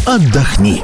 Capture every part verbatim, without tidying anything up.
отдохни.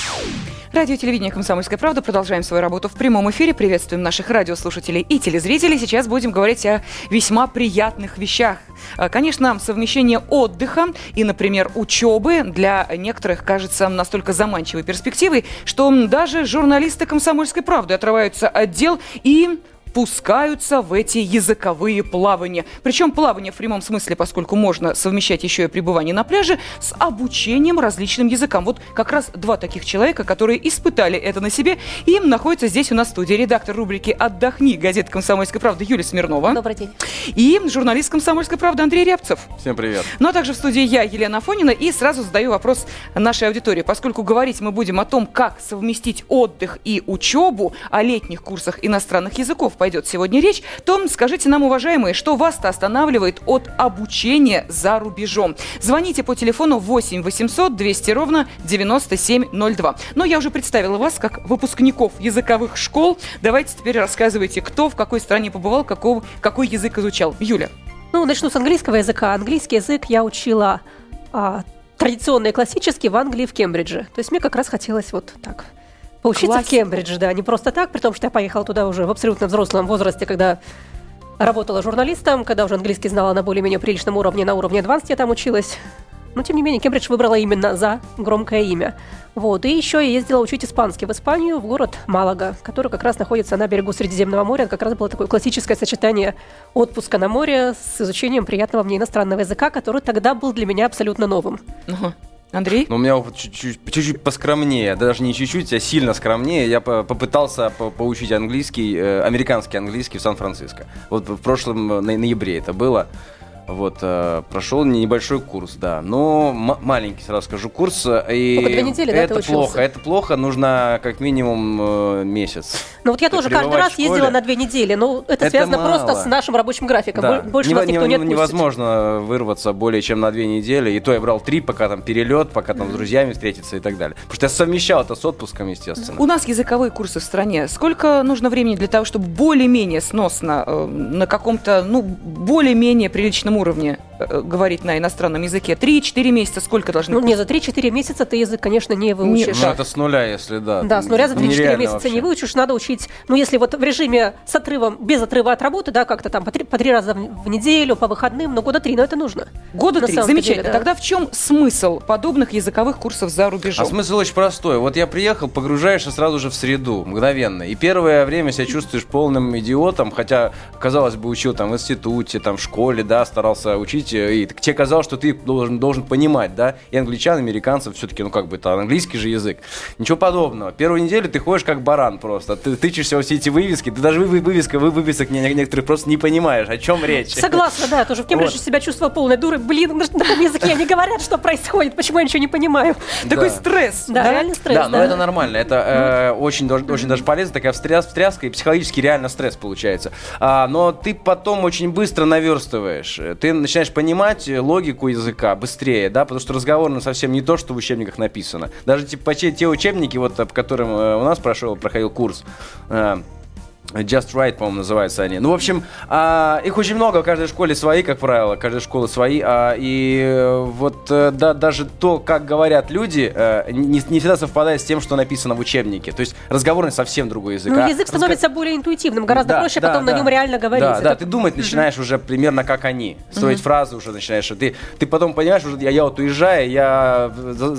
Радио и телевидение «Комсомольская правда». Продолжаем свою работу в прямом эфире. Приветствуем наших радиослушателей и телезрителей. Сейчас будем говорить о весьма приятных вещах. Конечно, совмещение отдыха и, например, учебы для некоторых кажется настолько заманчивой перспективой, что даже журналисты «Комсомольской правды» отрываются от дел и пускаются в эти языковые плавания. Причем плавание в прямом смысле, поскольку можно совмещать еще и пребывание на пляже с обучением различным языкам. Вот как раз два таких человека, которые испытали это на себе, и находятся здесь у нас в студии. Редактор рубрики «Отдохни» газеты «Комсомольская правда» Юлия Смирнова. Добрый день. И журналист «Комсомольской правды» Андрей Рябцев. Всем привет. Ну а также в студии я, Елена Афонина, и сразу задаю вопрос нашей аудитории. Поскольку говорить мы будем о том, как совместить отдых и учебу, о летних курсах иностранных языков пойдет сегодня речь, то скажите нам, уважаемые, что вас-то останавливает от обучения за рубежом. Звоните по телефону восемь восемьсот двести ровно девяносто семь ноль два. Но я уже представила вас как выпускников языковых школ. Давайте теперь рассказывайте, кто в какой стране побывал, какой, какой язык изучал. Юля. Ну, начну с английского языка. Английский язык я учила а, традиционно и классически в Англии, в Кембридже. То есть мне как раз хотелось вот так поучиться Классика. в Кембридже, да, не просто так, при том, что я поехала туда уже в абсолютно взрослом возрасте, когда работала журналистом, когда уже английский знала на более-менее приличном уровне, на уровне advanced я там училась. Но, тем не менее, Кембридж выбрала именно за громкое имя. Вот. И еще я ездила учить испанский в Испанию, в город Малага, который как раз находится на берегу Средиземного моря. Это как раз было такое классическое сочетание отпуска на море с изучением приятного мне иностранного языка, который тогда был для меня абсолютно новым. Uh-huh. Андрей? Ну, у меня опыт чуть-чуть, чуть-чуть поскромнее, даже не чуть-чуть, а сильно скромнее. Я по- попытался по- поучить английский, э, американский английский в Сан-Франциско. Вот в прошлом но- ноябре это было. Вот, э, прошел небольшой курс, да, но м- маленький, сразу скажу, курс. И Только две недели, да, это ты учился? плохо, это плохо, нужно как минимум э, месяц. Ну вот я тоже каждый раз ездила на две недели, но это, это связано мало. просто с нашим рабочим графиком. Да. Больше не, нас никто не, не отпустит. Невозможно вырваться более чем на две недели, и то я брал три, пока там перелет, пока там с друзьями встретиться и так далее. Потому что я совмещал это с отпуском, естественно. У нас языковые курсы в стране. Сколько нужно времени для того, чтобы более-менее сносно, э, на каком-то, ну, более-менее приличном уровне э, говорить на иностранном языке? Три-четыре месяца сколько должны Ну, быть? не, за три-четыре месяца ты язык, конечно, не выучишь. Ну, это с нуля, если да. Да, с нуля за три-четыре месяца вообще. не выучишь. Надо учить, ну, если вот в режиме с отрывом, без отрыва от работы, да, как-то там по три, по три раза в, в неделю, по выходным, но года три, но это нужно. Года На три, самом замечательно. деле, да. Тогда в чем смысл подобных языковых курсов за рубежом? А смысл очень простой. Вот я приехал, погружаешься сразу же в среду, мгновенно. И первое время себя чувствуешь полным идиотом, хотя, казалось бы, учил там в институте, там в школе, да, старался учить, и тебе казалось, что ты должен, должен понимать, да, и англичан, американцев, все-таки, ну как бы, это английский же язык. Ничего подобного. Первую неделю ты ходишь как баран просто, ты тычешься во все эти вывески, ты даже вы, вывеска, вы, вывесок некоторых просто не понимаешь, о чем речь. Согласна, да, тоже в Кембридже вот. себя чувствовала полной дурой. Блин, на каком языке они говорят, что происходит, почему я ничего не понимаю. Такой стресс. Да, да? реальный стресс. Да, да, но это нормально, это э, очень, очень даже полезно, такая встряс, встряска, и психологически реально стресс получается. А, но ты потом очень быстро наверстываешь, ты начинаешь понимать логику языка быстрее, да, потому что разговор ну, совсем не то, что в учебниках написано. Даже типа, те учебники, вот, по которым у нас прошел, проходил курс, э, Just Right, по-моему, называются они. Ну, в общем, а, их очень много, в каждой школе свои, как правило, каждая школа свои. А, и вот да, даже то, как говорят люди, не, не всегда совпадает с тем, что написано в учебнике. То есть разговорный совсем другой язык. Ну, а язык становится разго... более интуитивным, гораздо да, проще да, потом да. на нем реально говорить. Да, это... да, ты думать начинаешь mm-hmm. уже примерно как они. Строить mm-hmm. фразы уже начинаешь. Ты, ты потом понимаешь, уже я, я вот уезжаю, я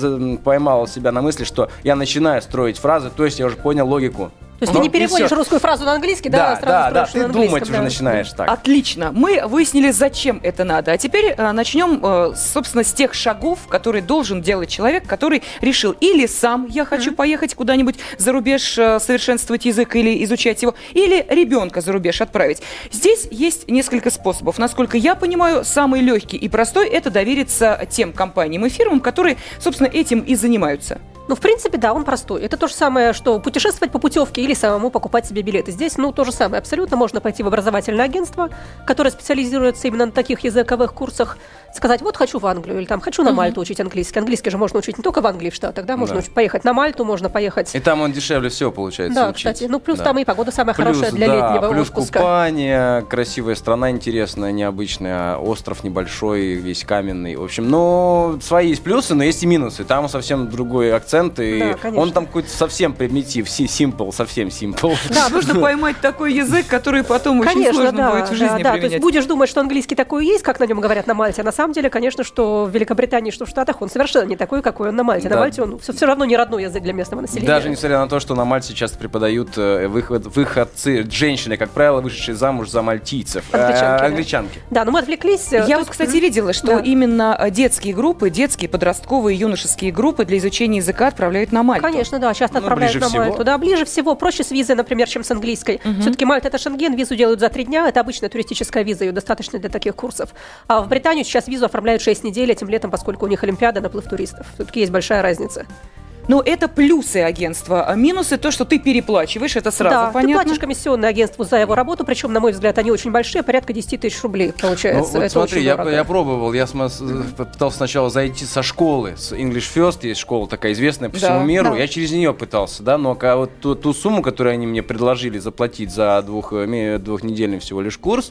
поймал себя на мысли, что я начинаю строить фразы, то есть я уже понял логику. То есть Но ты не переводишь русскую фразу на английский, да, да, а сразу да, да, ты на думать да. уже начинаешь так. Отлично. Мы выяснили, зачем это надо. А теперь э, начнем, э, собственно, с тех шагов, которые должен делать человек, который решил или сам я хочу mm-hmm. поехать куда-нибудь за рубеж, э, совершенствовать язык или изучать его, или ребенка за рубеж отправить. Здесь есть несколько способов. Насколько я понимаю, самый легкий и простой – это довериться тем компаниям и фирмам, которые, собственно, этим и занимаются. Ну, в принципе, да, он простой. Это то же самое, что путешествовать по путевке или самому покупать себе билеты. Здесь, ну, то же самое абсолютно. Можно пойти в образовательное агентство, которое специализируется именно на таких языковых курсах, сказать, вот хочу в Англию или там хочу на Мальту uh-huh. учить английский. Английский же можно учить не только в Англии, в Штатах, да, можно да. Учить, поехать на Мальту, можно поехать. И там он дешевле всего получается. Да, учить. Кстати, ну плюс да. там и погода самая плюс, хорошая для да, летнего плюс отпуска. Купание, красивая страна интересная, необычная, остров небольшой, весь каменный. В общем, ну, свои есть плюсы, но есть и минусы. Там совсем другой акцент, и да, он там какой-то совсем примитив, simple, совсем simple. Да, нужно поймать такой язык, который потом очень конечно, сложно да, будет в жизни да, да. применять. То есть будешь думать, что английский такой есть, как на нем говорят на Мальте. А на самом деле, конечно, что в Великобритании, что в Штатах, он совершенно не такой, какой он на Мальте. Да. На Мальте он все, все равно не родной язык для местного населения. Даже несмотря на то, что на Мальте часто преподают э, выход, выходцы, женщины, как правило, вышедшие замуж за мальтийцев. Англичанки. Э, англичанки. Да. да, но мы отвлеклись. Я Тут... вот, кстати, видела, что да. именно детские группы, детские, подростковые, юношеские группы для изучения языка отправляют на Мальту. Конечно, да, часто ну, отправляют на всего. Мальту. Да, ближе всего, проще с визой, например, чем с английской. Угу. Все-таки Мальта — это Шенген, визу делают за три дня, это обычная туристическая виза, ее достаточно для таких курсов. А в Британию сейчас визу оформляют шесть недель этим летом, поскольку у них Олимпиада, наплыв туристов. Все-таки есть большая разница. Но это плюсы агентства, а минусы то, что ты переплачиваешь, это сразу да, понятно. Ты платишь комиссионное агентству за его работу, причем, на мой взгляд, они очень большие, порядка десять тысяч рублей получается. Ну, вот это смотри, очень я, дорого. я пробовал, я mm-hmm. пытался сначала зайти со школы, с English First, есть школа такая известная по да, всему миру, да. я через нее пытался, да, но вот ту, ту сумму, которую они мне предложили заплатить за двух, двухнедельный всего лишь курс,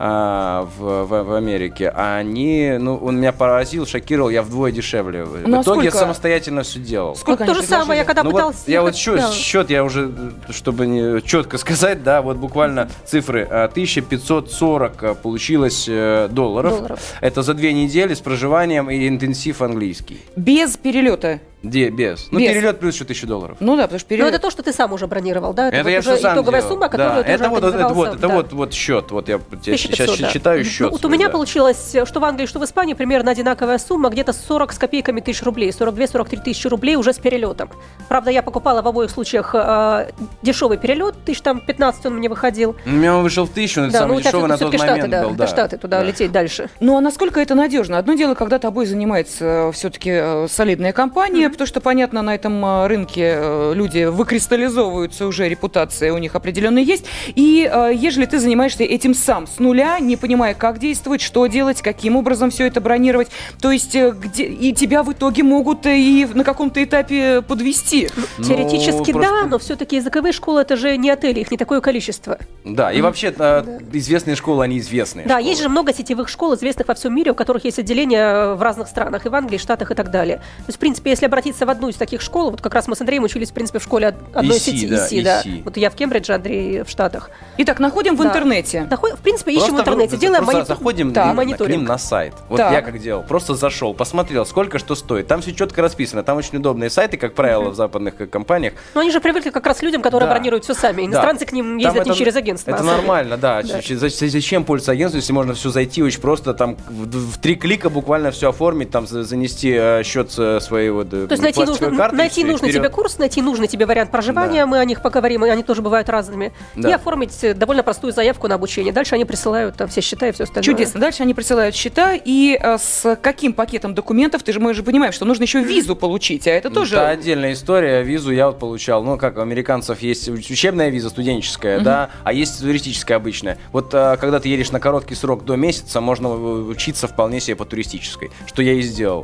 А, в, в, в Америке, они, ну, он меня поразил, шокировал, я вдвое дешевле. Ну, в итоге сколько? я самостоятельно все делал. Сколько вот то же самое, я когда ну, пыталась... Вот, я вот счет, да. счет, я уже, чтобы не четко сказать, да, вот буквально цифры, тысяча пятьсот сорок получилось долларов. долларов. Это за две недели с проживанием и интенсив английский. Без перелета? Где? Без. Ну, без. Перелет плюс еще тысячу долларов. Ну да, потому что перелет... Но это то, что ты сам уже бронировал, да? Это, это я вот уже итоговая делал. сумма, которую да. ты это уже вот, это вот, это да. вот, вот счет. Вот я сейчас да. читаю счет. Ну, вот у меня да. получилось, что в Англии, что в Испании, примерно одинаковая сумма, где-то сорок с копейками тысяч рублей, сорок две - сорок три тысячи рублей уже с перелетом. Правда, я покупала в обоих случаях э, дешевый перелет, тысяч там пятнадцать он мне выходил. У меня он вышел в тысячу, но это да, самый ну, дешевый на тот Штаты, момент да, был. Да, да, Штаты, туда да. лететь дальше. Ну, а насколько это надежно? Одно дело, когда тобой занимается все-таки солидная компания, mm-hmm. потому что, понятно, на этом рынке люди выкристаллизовываются, уже репутация у них определенная есть. И э, ежели ты занимаешься этим сам, с нуля, не понимая, как действовать, что делать, каким образом все это бронировать, то есть э, где, и тебя в итоге могут и на каком-то этапе подвести. Ну, теоретически просто... да, но все-таки языковые школы — это же не отели, их не такое количество. Да, и вообще да. известные школы, они известные Да, школы. есть же много сетевых школ, известных во всем мире, у которых есть отделения в разных странах, и в Англии, и Штатах и так далее. То есть, в принципе, если обратиться в одну из таких школ, вот как раз мы с Андреем учились, в принципе, в школе одной и си, сети, да, и си, да. и си. Вот я в Кембридже, Андрей в Штатах. Итак, находим в да. интернете. Наход... В принципе, ищем просто в интернете, вы, делаем просто монитор... заходим да, к, мониторинг. к ним на сайт. Вот так. я как делал. Просто зашел, посмотрел, сколько что стоит. Там все четко расписано. Там очень удобные сайты, как правило, uh-huh. в западных компаниях. Но они же привыкли как раз к людям, которые да. бронируют все сами. Иностранцы да. к ним ездят это, не через агентство. Это а нормально, да. да. Зачем пользоваться агентством, если можно все зайти очень просто, там в, в три клика буквально все оформить, там занести э, счет своей вот, То есть найти, нужно, карты, найти нужный тебе курс, найти нужный тебе вариант проживания, да. мы о них поговорим, и они тоже бывают разными, да. и оформить довольно простую заявку на обучение. Дальше они присылают там все счета и все остальное. Чудесно. Дальше они присылают счета, и а, с каким пакетом документов, ты же, мы же понимаем, что нужно еще визу получить, а это тоже... Это отдельная история. Визу я вот получал, ну, как у американцев есть учебная виза студенческая, угу. да, а есть туристическая обычная. Вот а, когда ты едешь на короткий срок до месяца, можно учиться вполне себе по туристической, что я и сделал.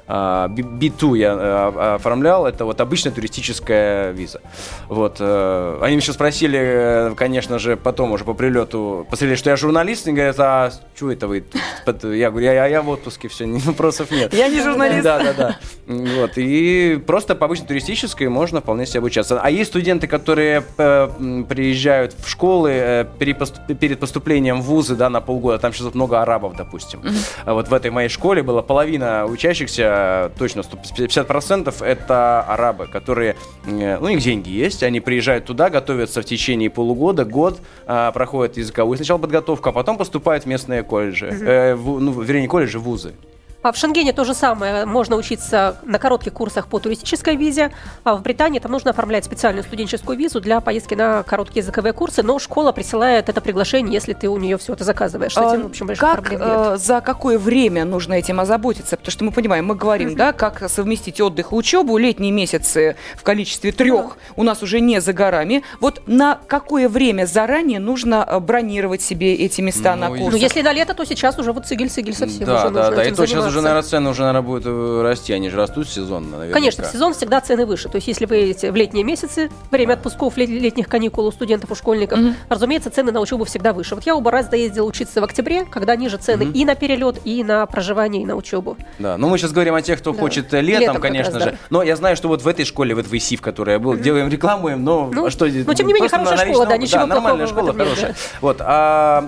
би два я оформлял, это вот обычная туристическая виза. Вот. Они меня еще спросили, конечно же, потом уже по прилету, посмотрели, что я журналист, и говорят, а что это вы? Я говорю, я, я в отпуске, все, вопросов нет. Я не журналист. Да, да, да. Вот. И просто по обычной туристической можно вполне себе обучаться. А есть студенты, которые приезжают в школы перед поступлением в вузы, да, на полгода, там сейчас много арабов, допустим. Вот в этой моей школе была половина учащихся, точно сто пятьдесят процентов это арабы, которые, ну, у них деньги есть, они приезжают туда, готовятся в течение полугода, год, а, проходят языковую сначала подготовку, а потом поступают в местные колледжи, uh-huh. э, в, ну, вернее, не колледжи, вузы. А в Шенгене то же самое. Можно учиться на коротких курсах по туристической визе. А в Британии там нужно оформлять специальную студенческую визу для поездки на короткие языковые курсы. Но школа присылает это приглашение, если ты у нее все это заказываешь. С этим, в общем, больших как, проблем нет. Э, за какое время нужно этим озаботиться? Потому что мы понимаем, мы говорим, uh-huh. да, как совместить отдых и учебу. Летние месяцы в количестве трех uh-huh. у нас уже не за горами. Вот на какое время заранее нужно бронировать себе эти места ну, на курсах? Ну, если на лето, то сейчас уже вот цигель-цигель совсем да, уже да, нужно да, этим и то сейчас заниматься. уже, наверное, цены уже, наверное, будут расти. Они же растут сезонно, наверное. Конечно, в сезон всегда цены выше. То есть, если вы едете в летние месяцы, время отпусков, лет, летних каникул у студентов, у школьников, mm-hmm. разумеется, цены на учебу всегда выше. Вот я оба раза ездила учиться в октябре, когда ниже цены mm-hmm. и на перелет, и на проживание, и на учебу. Да, ну мы сейчас говорим о тех, кто да. хочет летом, летом конечно раз, же. Да. Но я знаю, что вот в этой школе, вот в ИСИ, в которой я был, mm-hmm. делаем рекламу, но ну, что... Но тем не менее, хорошая школа, да, ничего да, нормальная школа, хорошая. Да. Вот, а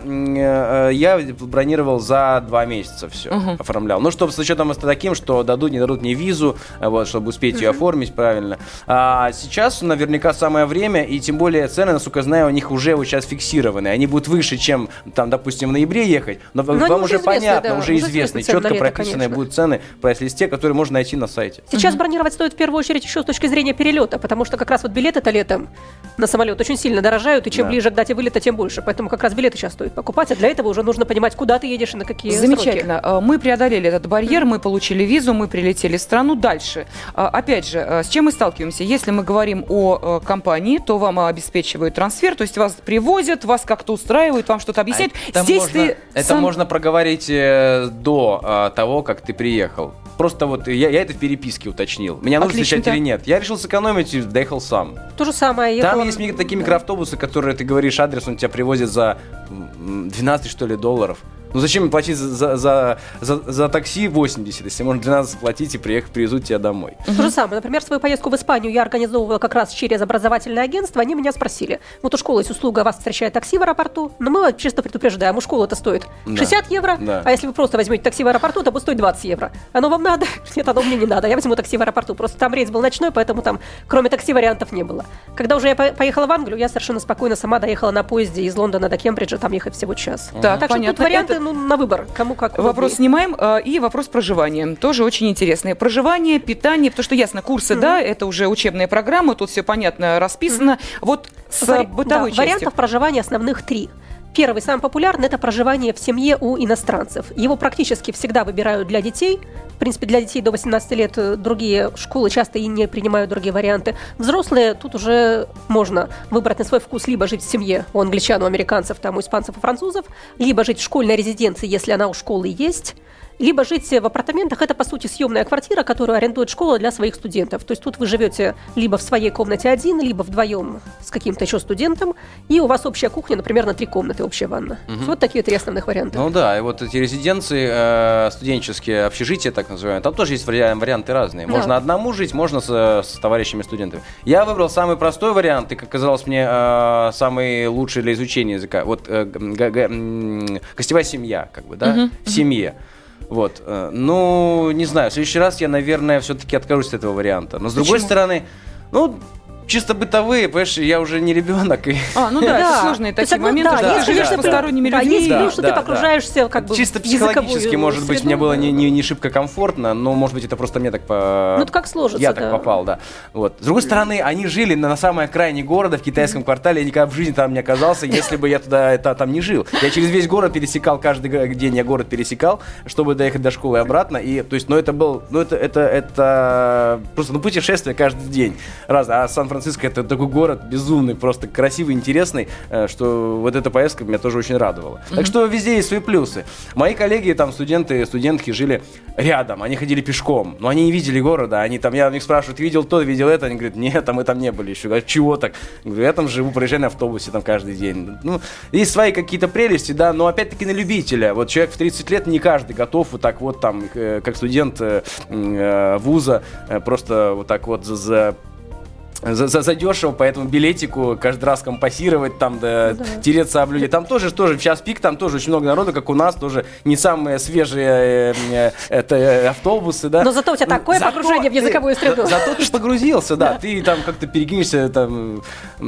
я бронировал за два месяца все, uh-huh. оформлял. Ну, чтобы с учетом таким, что дадут, не дадут мне визу, вот, чтобы успеть uh-huh. ее оформить правильно. А сейчас наверняка самое время, и тем более цены, насколько я знаю, у них уже вот сейчас фиксированы. Они будут выше, чем, там, допустим, в ноябре ехать, но, но вам уже понятно, да, уже известны, четко лето, прописанные конечно. Будут цены, прайс-листе, которые можно найти на сайте. Сейчас uh-huh. бронировать стоит в первую очередь еще с точки зрения перелета, потому что как раз вот билеты-то летом на самолет очень сильно дорожают, и чем да. ближе к дате вылета, тем больше. Поэтому как раз билеты сейчас стоит покупать, а для этого уже нужно понимать, куда ты едешь и на какие Замечательно. сроки. Мы преодолели этот барьер, мы получили визу, мы прилетели в страну. Дальше. Опять же, с чем мы сталкиваемся? Если мы говорим о компании, то вам обеспечивают трансфер, то есть вас привозят, вас как-то устраивают, вам что-то объясняют. Это, Здесь можно, ты это сам... можно проговорить э, до э, того, как ты приехал. Просто вот я, я это в переписке уточнил. Меня нужно Отлично, встречать да. или нет. Я решил сэкономить и доехал сам. То же самое. Там ехала... есть такие микроавтобусы, которые ты говоришь адрес, он тебя привозит за двенадцать, что ли, долларов. Ну зачем платить за, за, за, за такси восемьдесят, если можно двенадцать платить и приехать, привезут тебя домой? Uh-huh. То же самое. Например, свою поездку в Испанию я организовывала как раз через образовательное агентство. Они меня спросили, вот у школы есть услуга, вас встречает такси в аэропорту, но мы чисто предупреждаем, у школы это стоит шестьдесят да. евро, да. а если вы просто возьмете такси в аэропорту, то будет стоить двадцать евро. Оно вам надо? Нет, оно мне не надо. Я возьму такси в аэропорту. Просто там рейс был ночной, поэтому там кроме такси вариантов не было. Когда уже я поехала в Англию, я совершенно спокойно сама доехала на поезде из Лондона до Кембриджа, там ехать всего час. Uh-huh. Так, так что понятно. тут варианты это... ну, на выбор. Кому как вопрос снимаем. И вопрос проживания. Тоже очень интересный. Проживание, питание, потому что ясно, курсы, mm-hmm. да, это уже учебная программа, тут все понятно расписано. Mm-hmm. Вот с Вари... бытовой да, частью. Вариантов проживания основных три. Первый, самый популярный, это проживание в семье у иностранцев. Его практически всегда выбирают для детей. В принципе, для детей до восемнадцати лет другие школы часто и не принимают другие варианты. Взрослые, тут уже можно выбрать на свой вкус либо жить в семье у англичан, у американцев, там, у испанцев, у французов, либо жить в школьной резиденции, если она у школы есть, либо жить в апартаментах. Это, по сути, съемная квартира, которую арендует школа для своих студентов. То есть тут вы живете либо в своей комнате один, либо вдвоем с каким-то еще студентом, и у вас общая кухня, например, на три комнаты, общая ванна. Угу. Вот такие три основных варианта. Ну да, и вот эти резиденции, э, студенческие общежития, так называемые, там тоже есть варианты разные. Можно да. одному жить, можно с, с товарищами-студентами. Я выбрал самый простой вариант, и, как казалось мне, э, самый лучший для изучения языка. Вот э, г- г- гостевая семья, как бы, да, угу. в семье. Вот, ну, не знаю, в следующий раз я, наверное, все-таки откажусь от этого варианта. Но с другой Почему? стороны, ну, чисто бытовые, понимаешь, я уже не ребенок. И... А, ну да, это сложные такие моменты, что ты живешь с посторонними людьми. Есть плюс, что ты окружаешься как бы чисто психологически, может быть, мне было не шибко комфортно, но, может быть, это просто мне так по... Ну, это как сложится, я так попал, да. Вот. С другой стороны, они жили на самой окраине города, в китайском квартале, я никогда в жизни там не оказался, если бы я туда там не жил. Я через весь город пересекал, каждый день я город пересекал, чтобы доехать до школы и обратно, и, то есть, ну, это был, ну, это, это, это просто, ну, путешествие каждый день. Раз, а Сан-Франциско это такой город безумный, просто красивый, интересный, что вот эта поездка меня тоже очень радовала. Mm-hmm. Так что везде есть свои плюсы. Мои коллеги, там, студенты, студентки жили рядом, они ходили пешком, но они не видели города, они там, я у них спрашиваю, ты видел то, видел это? Они говорят, нет, там мы там не были еще. Говорят, чего так? Я говорю, я там живу, проезжаю на автобусе там каждый день. Ну, есть свои какие-то прелести, да, но опять-таки на любителя. Вот человек в тридцать лет, не каждый готов вот так вот там, как студент вуза, просто вот так вот за за, за, за дешево, по этому билетику каждый раз компасировать, там, да, да. тереться об людей. Там тоже, тоже в час пик, там тоже очень много народу, как у нас, тоже не самые свежие э, э, это, автобусы, да. Но зато у тебя такое зато погружение в языковую среду. Ты, зато ты погрузился, да, ты там как-то перекинешься там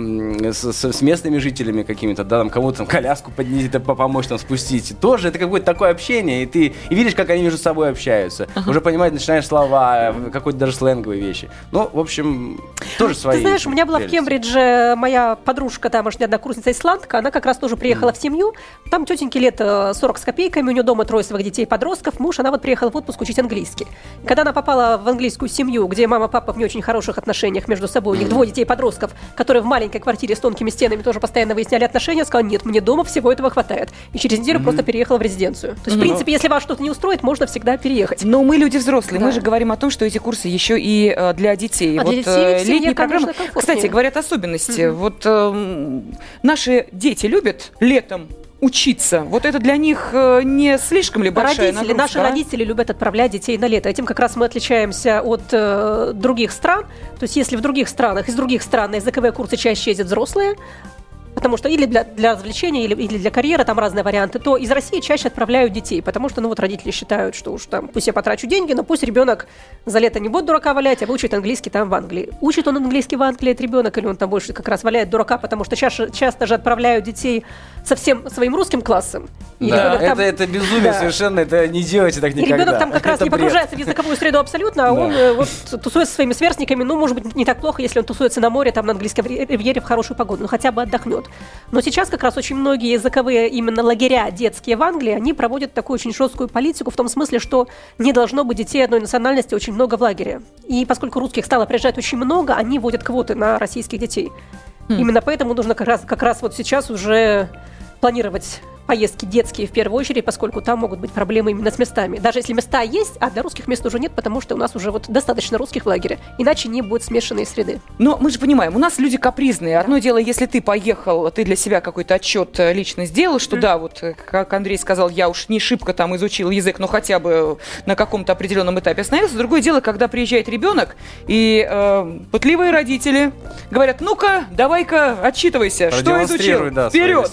с, с, с местными жителями какими-то, да, там кому-то там коляску поднести, помочь там спустить. Тоже это какое-то такое общение, и ты и видишь, как они между собой общаются. Uh-huh. Уже понимать начинаешь слова, какой-то даже сленговые вещи. Ну, в общем, тоже свои. Ты знаешь, у меня была прелести. В Кембридже моя подружка, тамошняя однокурсница исландка, она как раз тоже приехала mm. в семью. Там тетеньки лет сорок с копейками, у нее дома трое своих детей-подростков, муж, она вот приехала в отпуск учить английский. Когда она попала в английскую семью, где мама и папа в не очень хороших отношениях между собой, у них двое детей-подростков, которые в маленькой квартире с тонкими стенами тоже постоянно выясняли отношения, сказала, нет, мне дома всего этого хватает. И через неделю mm-hmm. просто переехала в резиденцию. То есть, mm-hmm. в принципе, если вас что-то не устроит, можно всегда переехать. Но мы люди взрослые, да. мы же говорим о том, что эти курсы еще и э, для детей. А вот, для детей э, летние программы. Конечно, кстати, говорят особенности. Mm-hmm. Вот э, наши дети любят летом учиться. Вот это для них э, не слишком ли большая родители, нагрузка? Наши а? родители любят отправлять детей на лето. Этим как раз мы отличаемся от э, других стран. То есть если в других странах, из других стран на языковые курсы чаще ездят взрослые, потому что или для, для развлечения, или, или для карьеры, там разные варианты, то из России чаще отправляют детей, потому что, ну, вот родители считают, что уж там, пусть я потрачу деньги, но пусть ребенок за лето не будет дурака валять, а выучит английский там в Англии. Учит он английский в Англии, этот ребенок, или он там больше как раз валяет дурака, потому что чаще, часто же отправляют детей со всем своим русским классом. И да, это, там, это безумие да. совершенно, это не делайте так никогда. И ребенок там как это раз бред. Не погружается в языковую среду абсолютно, а да. он вот тусуется со своими сверстниками, ну, может быть, не так плохо, если он тусуется на море, там, на английской ривьере в хорошую погоду, но хотя бы отдохнет. Но сейчас как раз очень многие языковые именно лагеря детские в Англии, они проводят такую очень жесткую политику в том смысле, что не должно быть детей одной национальности очень много в лагере. И поскольку русских стало приезжать очень много, они вводят квоты на российских детей. Mm. Именно поэтому нужно как раз, как раз вот сейчас уже планировать поездки детские в первую очередь, поскольку там могут быть проблемы именно с местами. Даже если места есть, а для русских мест уже нет, потому что у нас уже вот достаточно русских в лагере. Иначе не будет смешанной среды. Но мы же понимаем, у нас люди капризные. Одно дело, если ты поехал, ты для себя какой-то отчет лично сделал, что mm-hmm. да, вот как Андрей сказал, я уж не шибко там изучил язык, но хотя бы на каком-то определенном этапе остановился. Другое дело, когда приезжает ребенок, и э, пытливые родители говорят, ну-ка, давай-ка отчитывайся, что изучил, да, вперед!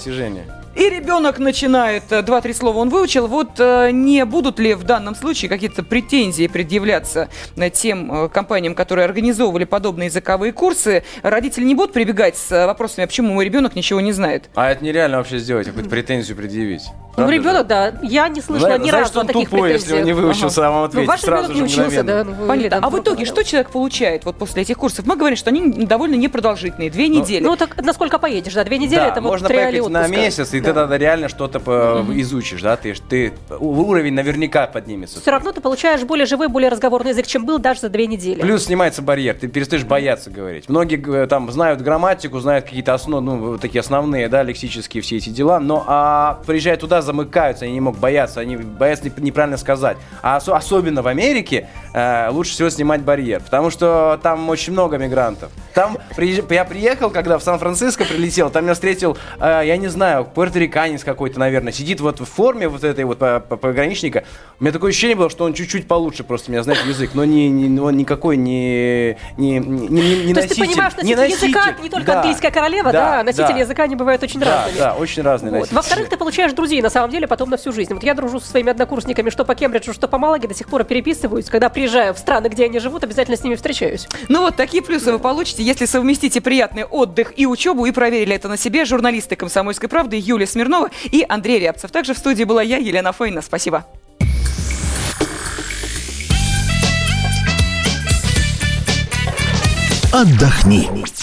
И ребенок начинает, два-три слова он выучил, вот не будут ли в данном случае какие-то претензии предъявляться тем компаниям, которые организовывали подобные языковые курсы? Родители не будут прибегать с вопросами, а почему мой ребенок ничего не знает? А это нереально вообще сделать, какую-то претензию предъявить. Ну, ребенок, да, я не слышала ни разу он таких тупой, претензий. Если он не выучился, ага. а вам ответить ну, ваш сразу ребенок же не учился, да. Ну, понятно. А в итоге, что человек получает вот после этих курсов? Мы говорим, что они довольно непродолжительные, две ну, недели. Ну, так насколько поедешь, да, две недели, да, это вот можно три поехать отпуска. на месяц, и да. ты тогда реально что-то по- mm-hmm. изучишь, да, ты, ты уровень наверняка поднимется. Все равно ты получаешь более живой, более разговорный язык, чем был даже за две недели. Плюс снимается барьер, ты перестаешь бояться говорить. Многие там знают грамматику, знают какие-то основы, ну, такие основные, да, лексические все эти дела, но а, приезжая туда, замыкаются, они не могут бояться, они боятся неправильно сказать. А ос- особенно в Америке э, лучше всего снимать барьер, потому что там очень много мигрантов. Там приезж... я приехал, когда в Сан-Франциско прилетел, там меня встретил, э, я не знаю, пуэрториканец какой-то, наверное, сидит вот в форме вот этой вот пограничника. У меня такое ощущение было, что он чуть-чуть получше просто меня знает язык, но не, не, он никакой не, не, не, не, не То носитель. есть ты понимаешь, носитель, не носитель языка не только да. английская королева, да, да носители да. языка они бывают очень да, разными. Да, очень разные вот. носители. Во-вторых, ты получаешь друзей, на самом деле, потом на всю жизнь. Вот я дружу со своими однокурсниками, что по Кембриджу, что по Малаге, до сих пор переписываюсь. Когда приезжаю в страны, где они живут, обязательно с ними встречаюсь. Ну вот, такие плюсы вы получите, если совместите приятный отдых и учебу, и проверили это на себе. Журналисты «Комсомольской правды» Юлия Смирнова и Андрей Рябцев. Также в студии была я, Елена Фойна. Спасибо. Отдохни.